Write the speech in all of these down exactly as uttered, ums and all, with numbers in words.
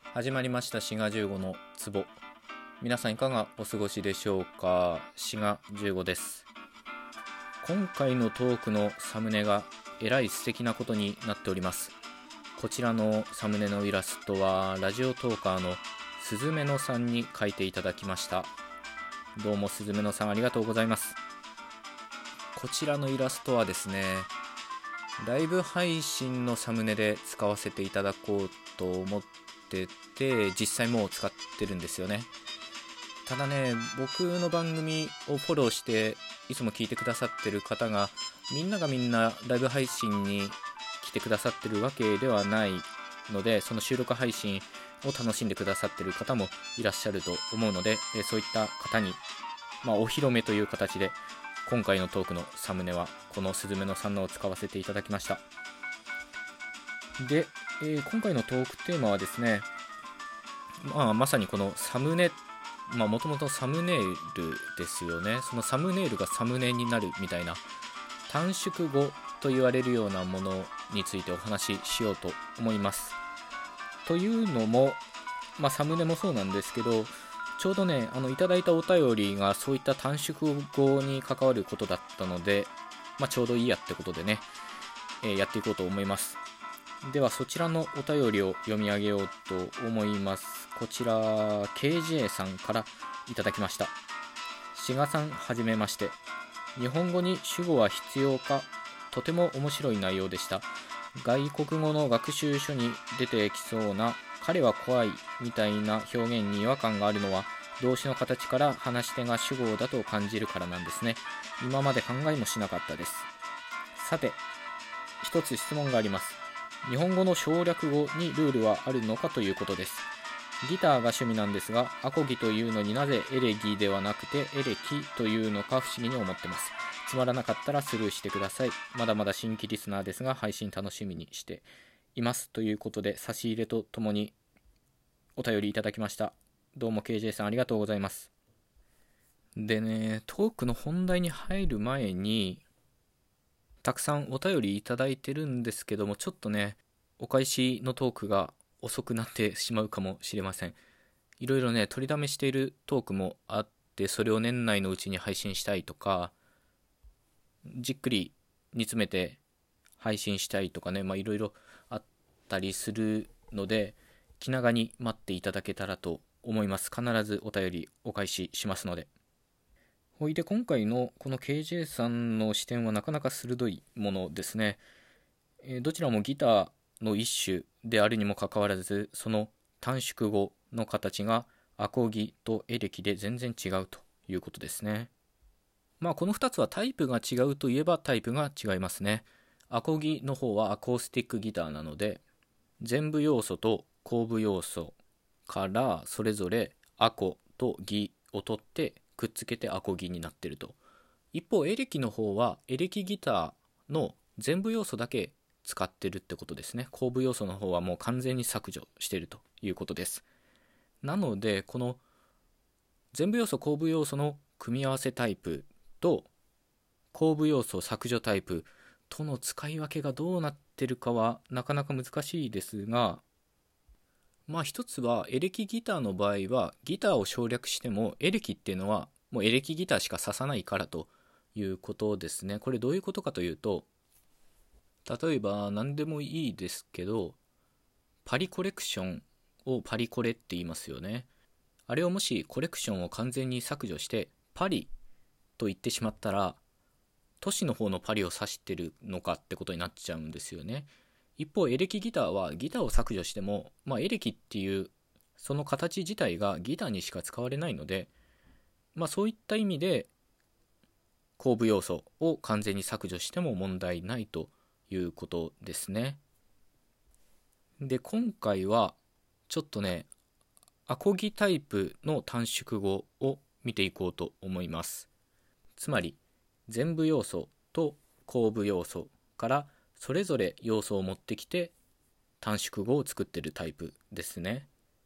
始まりました滋賀じゅうごの壺。皆さんいかがお過ごしでしょうか。滋賀じゅうごです。今回のトークのサムネがえらい素敵なことになっております。こちらのサムネのイラストはラジオトーカーのすずめのさんに描いていただきました。どうもすずめのさんありがとうございます。こちらのイラストはですね、ライブ配信のサムネで使わせていただこうと思ってて、実際もう使ってるんですよね。ただね、僕の番組をフォローしていつも聞いてくださってる方がみんながみんなライブ配信に来てくださってるわけではないので、その収録配信を楽しんでくださってる方もいらっしゃると思うので、そういった方に、まあ、お披露目という形で今回のトークのサムネはこのすずめのさんのを使わせていただきました。で、えー、今回のトークテーマはですね、まあ、まさにこのサムネ、まあもともとサムネイルですよね。そのサムネイルがサムネになるみたいな短縮語と言われるようなものについてお話ししようと思います。というのも、まあ、サムネもそうなんですけど、ちょうどね、あのいただいたお便りがそういった短縮語に関わることだったので、まあ、ちょうどいいやってことでね、えー、やっていこうと思います。ではそちらのお便りを読み上げようと思います。こちら ケージェー さんからいただきました。志賀さんはじめまして。日本語に主語は必要か、とても面白い内容でした。外国語の学習書に出てきそうな彼は怖いみたいな表現に違和感があるのは、動詞の形から話し手が主語だと感じるからなんですね。今まで考えもしなかったです。さて、一つ質問があります。日本語の省略語にルールはあるのかということです。ギターが趣味なんですが、アコギというのになぜエレギではなくてエレキというのか不思議に思ってます。つまらなかったらスルーしてください。まだまだ新規リスナーですが、配信楽しみにしています。ということで、差し入れとともにお便りいただきました。どうも ケージェー さんありがとうございます。でね、トークの本題に入る前に、たくさんお便りいただいてるんですけども、ちょっとね、お返しのトークが遅くなってしまうかもしれません。いろいろね、取りだめしているトークもあって、それを年内のうちに配信したいとか、じっくり煮詰めて配信したいとかね、まあいろいろあったりするので、気長に待っていただけたらと思います。必ずお便りお返ししますので。ほいで今回のこの ケージェー さんの視点はなかなか鋭いものですね。えー、どちらもギターの一種であるにもかかわらず、その短縮語の形がアコギとエレキで全然違うということですね。まあこのふたつはタイプが違うといえばタイプが違いますね。アコギの方はアコースティックギターなので、前部要素と後部要素からそれぞれアコとギを取ってくっつけてアコギになっていると。一方エレキの方はエレキギターの前部要素だけ使ってるってことですね。後部要素の方はもう完全に削除しているということです。なのでこの前部要素後部要素の組み合わせタイプと後部要素削除タイプとの使い分けがどうなってるかはなかなか難しいですが、まあ一つはエレキギターの場合はギターを省略してもエレキっていうのはもうエレキギターしか指さないからということですね。これどういうことかというと、例えば何でもいいですけど、パリコレクションをパリコレって言いますよね。あれをもしコレクションを完全に削除してパリと言ってしまったら、都市の方のパリを指してるのかってことになっちゃうんですよね。一方エレキギターはギターを削除しても、まあ、エレキっていうその形自体がギターにしか使われないので、まあ、そういった意味で後部要素を完全に削除しても問題ないということですね。で今回はちょっとね、アコギタイプの短縮語を見ていこうと思います。つまり前部要素と後部要素からそれぞれ要素を持ってきて短縮語を作っているタイプですね。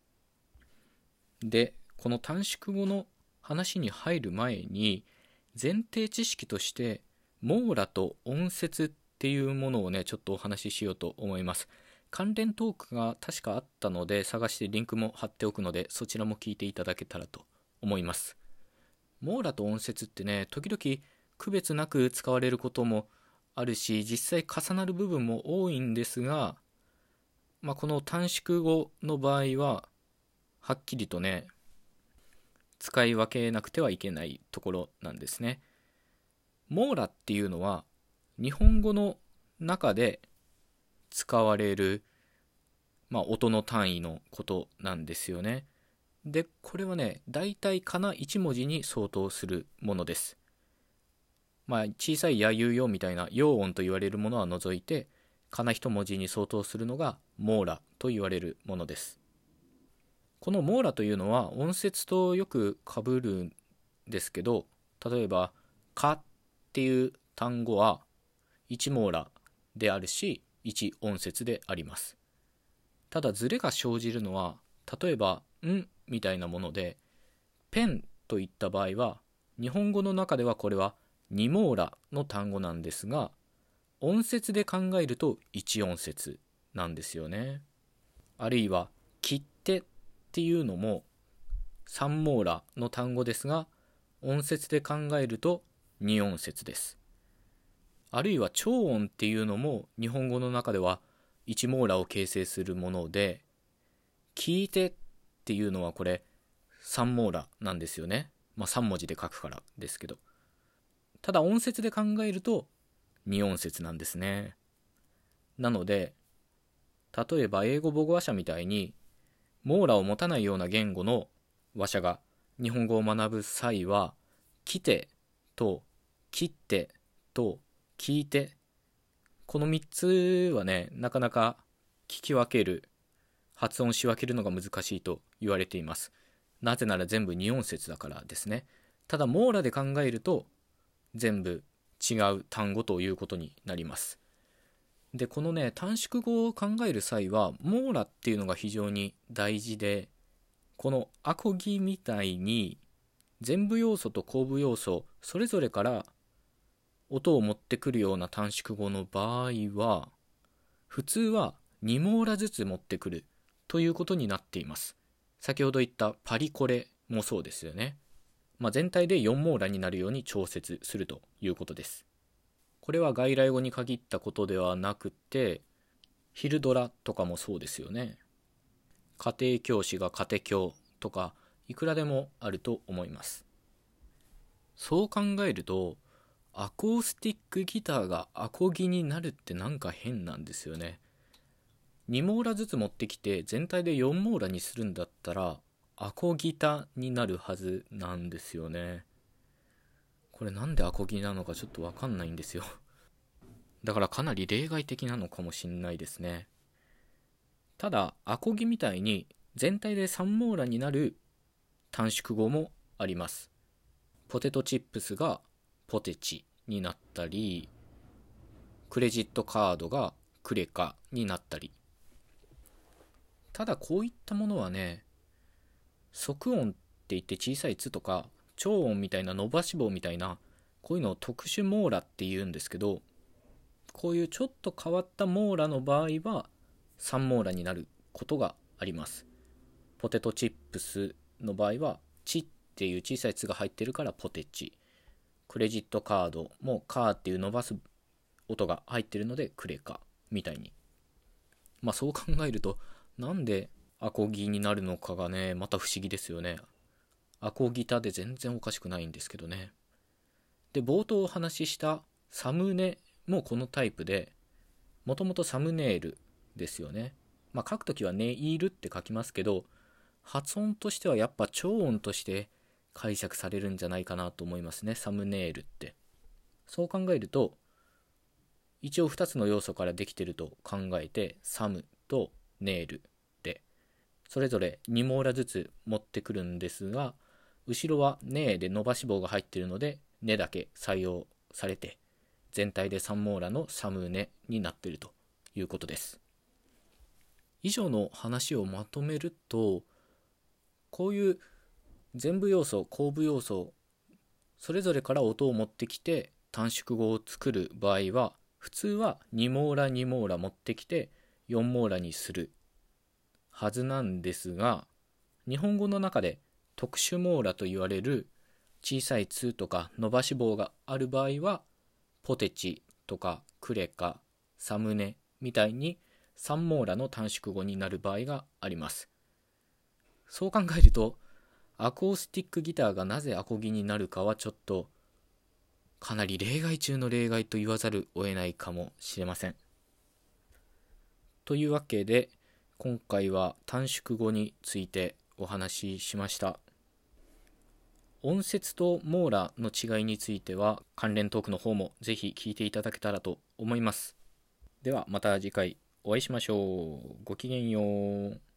でこの短縮語の話に入る前に前提知識として網羅と音節っていうものをねちょっとお話ししようと思います。 関連トークが確かあったので、探してリンクも貼っておくので、そちらも聞いていただけたらと思います。網羅と音節ってね、時々区別なく使われることもあるし、実際重なる部分も多いんですが、まあ、この短縮語の場合ははっきりとね、使い分けなくてはいけないところなんですね。網羅っていうのは日本語の中で使われる、まあ、音の単位のことなんですよね。で、これはね、だいたいかないち文字に相当するものです。まあ、小さいやゆうよみたいな陽音と言われるものは除いて、かないち文字に相当するのが網羅と言われるものです。この網羅というのは音節とよく被るんですけど、例えばかっていう単語はいち網羅であるし、いち音節であります。ただズレが生じるのは、例えばんみたいなもので、ペンといった場合は日本語の中ではこれはに網羅の単語なんですが、音節で考えるといち音節なんですよね。あるいは切手っていうのもさん網羅の単語ですが、音節で考えるとに音節です。あるいは長音っていうのも日本語の中ではいち網羅を形成するもので、聞いてっていうのはこれさん網羅なんですよね。まあさん文字で書くからですけど、ただ音節で考えるとに音節なんですね。なので例えば英語母語話者みたいに網羅を持たないような言語の話者が日本語を学ぶ際は、来てと切ってと聞いて、このみっつはね、なかなか聞き分ける、発音し分けるのが難しいと言われています。なぜなら全部に音節だからですね。ただ網羅で考えると全部違う単語ということになります。で、このね、短縮語を考える際は網羅っていうのが非常に大事で、このアコギみたいに前部要素と後部要素それぞれから音を持ってくるような短縮語の場合は、普通はに網羅ずつ持ってくるということになっています。先ほど言ったパリコレもそうですよね。まあ、全体でよん網羅になるように調節するということです。これは外来語に限ったことではなくて、昼ドラとかもそうですよね。家庭教師が家庭教とかいくらでもあると思います。そう考えると、アコースティックギターがアコギになるってなんか変なんですよね。に網羅ずつ持ってきて全体でよん網羅にするんだったらアコギタになるはずなんですよね。これなんでアコギなのかちょっとわかんないんですよ。だからかなり例外的なのかもしんないですね。ただアコギみたいに全体でさん網羅になる短縮語もあります。ポテトチップスがポテチになったり、クレジットカードがクレカになったり。ただこういったものはね、即音って言って小さいつとか長音みたいな伸ばし棒みたいな、こういうのを特殊網羅って言うんですけど、こういうちょっと変わった網羅の場合はさん網羅になることがあります。ポテトチップスの場合はチっていう小さいつが入ってるからポテチ。クレジットカードもカーっていう伸ばす音が入ってるのでクレカみたいに。まあそう考えると、なんでアコギになるのかがね、また不思議ですよね。アコギタで全然おかしくないんですけどね。で、冒頭お話ししたサムネもこのタイプで、もともとサムネイルですよね。まあ書くときはネイルって書きますけど、発音としてはやっぱ長音として解釈されるんじゃないかなと思いますね、サムネイルって。そう考えると、一応ふたつの要素からできてると考えて、サムとネイルでそれぞれに網羅ずつ持ってくるんですが、後ろはネで伸ばし棒が入っているのでネだけ採用されて、全体でさん網羅のサムネになっているということです。以上の話をまとめると、こういう前部要素後部要素それぞれから音を持ってきて短縮語を作る場合は、普通はに網羅に網羅持ってきてよんモーラにするはずなんですが、日本語の中で特殊モーラと言われる小さいつとか伸ばし棒がある場合はポテチとかクレカ、サムネみたいにさんモーラの短縮語になる場合があります。そう考えるとアコースティックギターがなぜアコギになるかはちょっとかなり例外中の例外と言わざるを得ないかもしれません。というわけで今回は短縮語についてお話ししました。音節とモーラの違いについては関連トークの方もぜひ聞いていただけたらと思います。ではまた次回お会いしましょう。ごきげんよう。